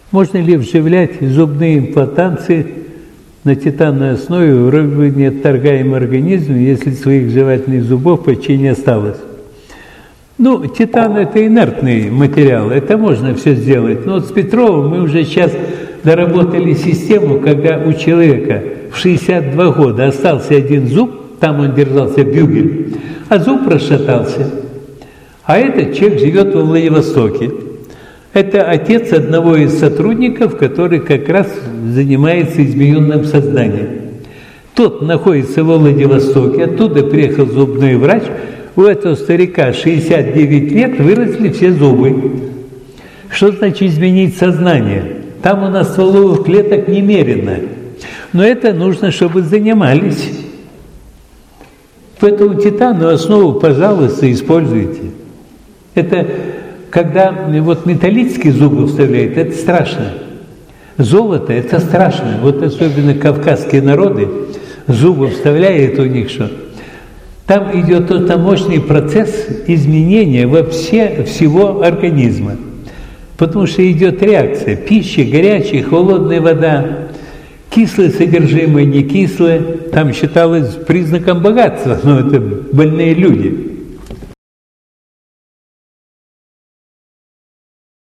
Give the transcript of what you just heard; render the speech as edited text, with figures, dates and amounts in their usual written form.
Можно ли вживлять зубные имплантанты на титановой основе в вроде неотторгаемый организм, если своих жевательных зубов почти не осталось? Ну, титан – это инертный материал, это можно все сделать. Но вот с Петровым мы уже сейчас доработали систему, когда у человека в 62 года остался один зуб, там он держался бюгель, а зуб расшатался. А этот человек живет во Владивостоке. Это отец одного из сотрудников, который как раз занимается измененным сознанием. Тот находится во Владивостоке, оттуда приехал зубной врач. У этого старика 69 лет, выросли все зубы. Что значит изменить сознание? Там у нас стволовых клеток немерено. Но это нужно, чтобы занимались. Поэтому титановую основу, пожалуйста, используйте. Это когда вот металлические зубы вставляют, это страшно. Золото – это страшно. Вот особенно кавказские народы, зубы вставляют у них что? Там идет тот мощный процесс изменения вообще всего организма. Потому что идет реакция. Пища, горячая, холодная вода, кислое содержимое, не кислое. Там считалось признаком богатства, но это больные люди.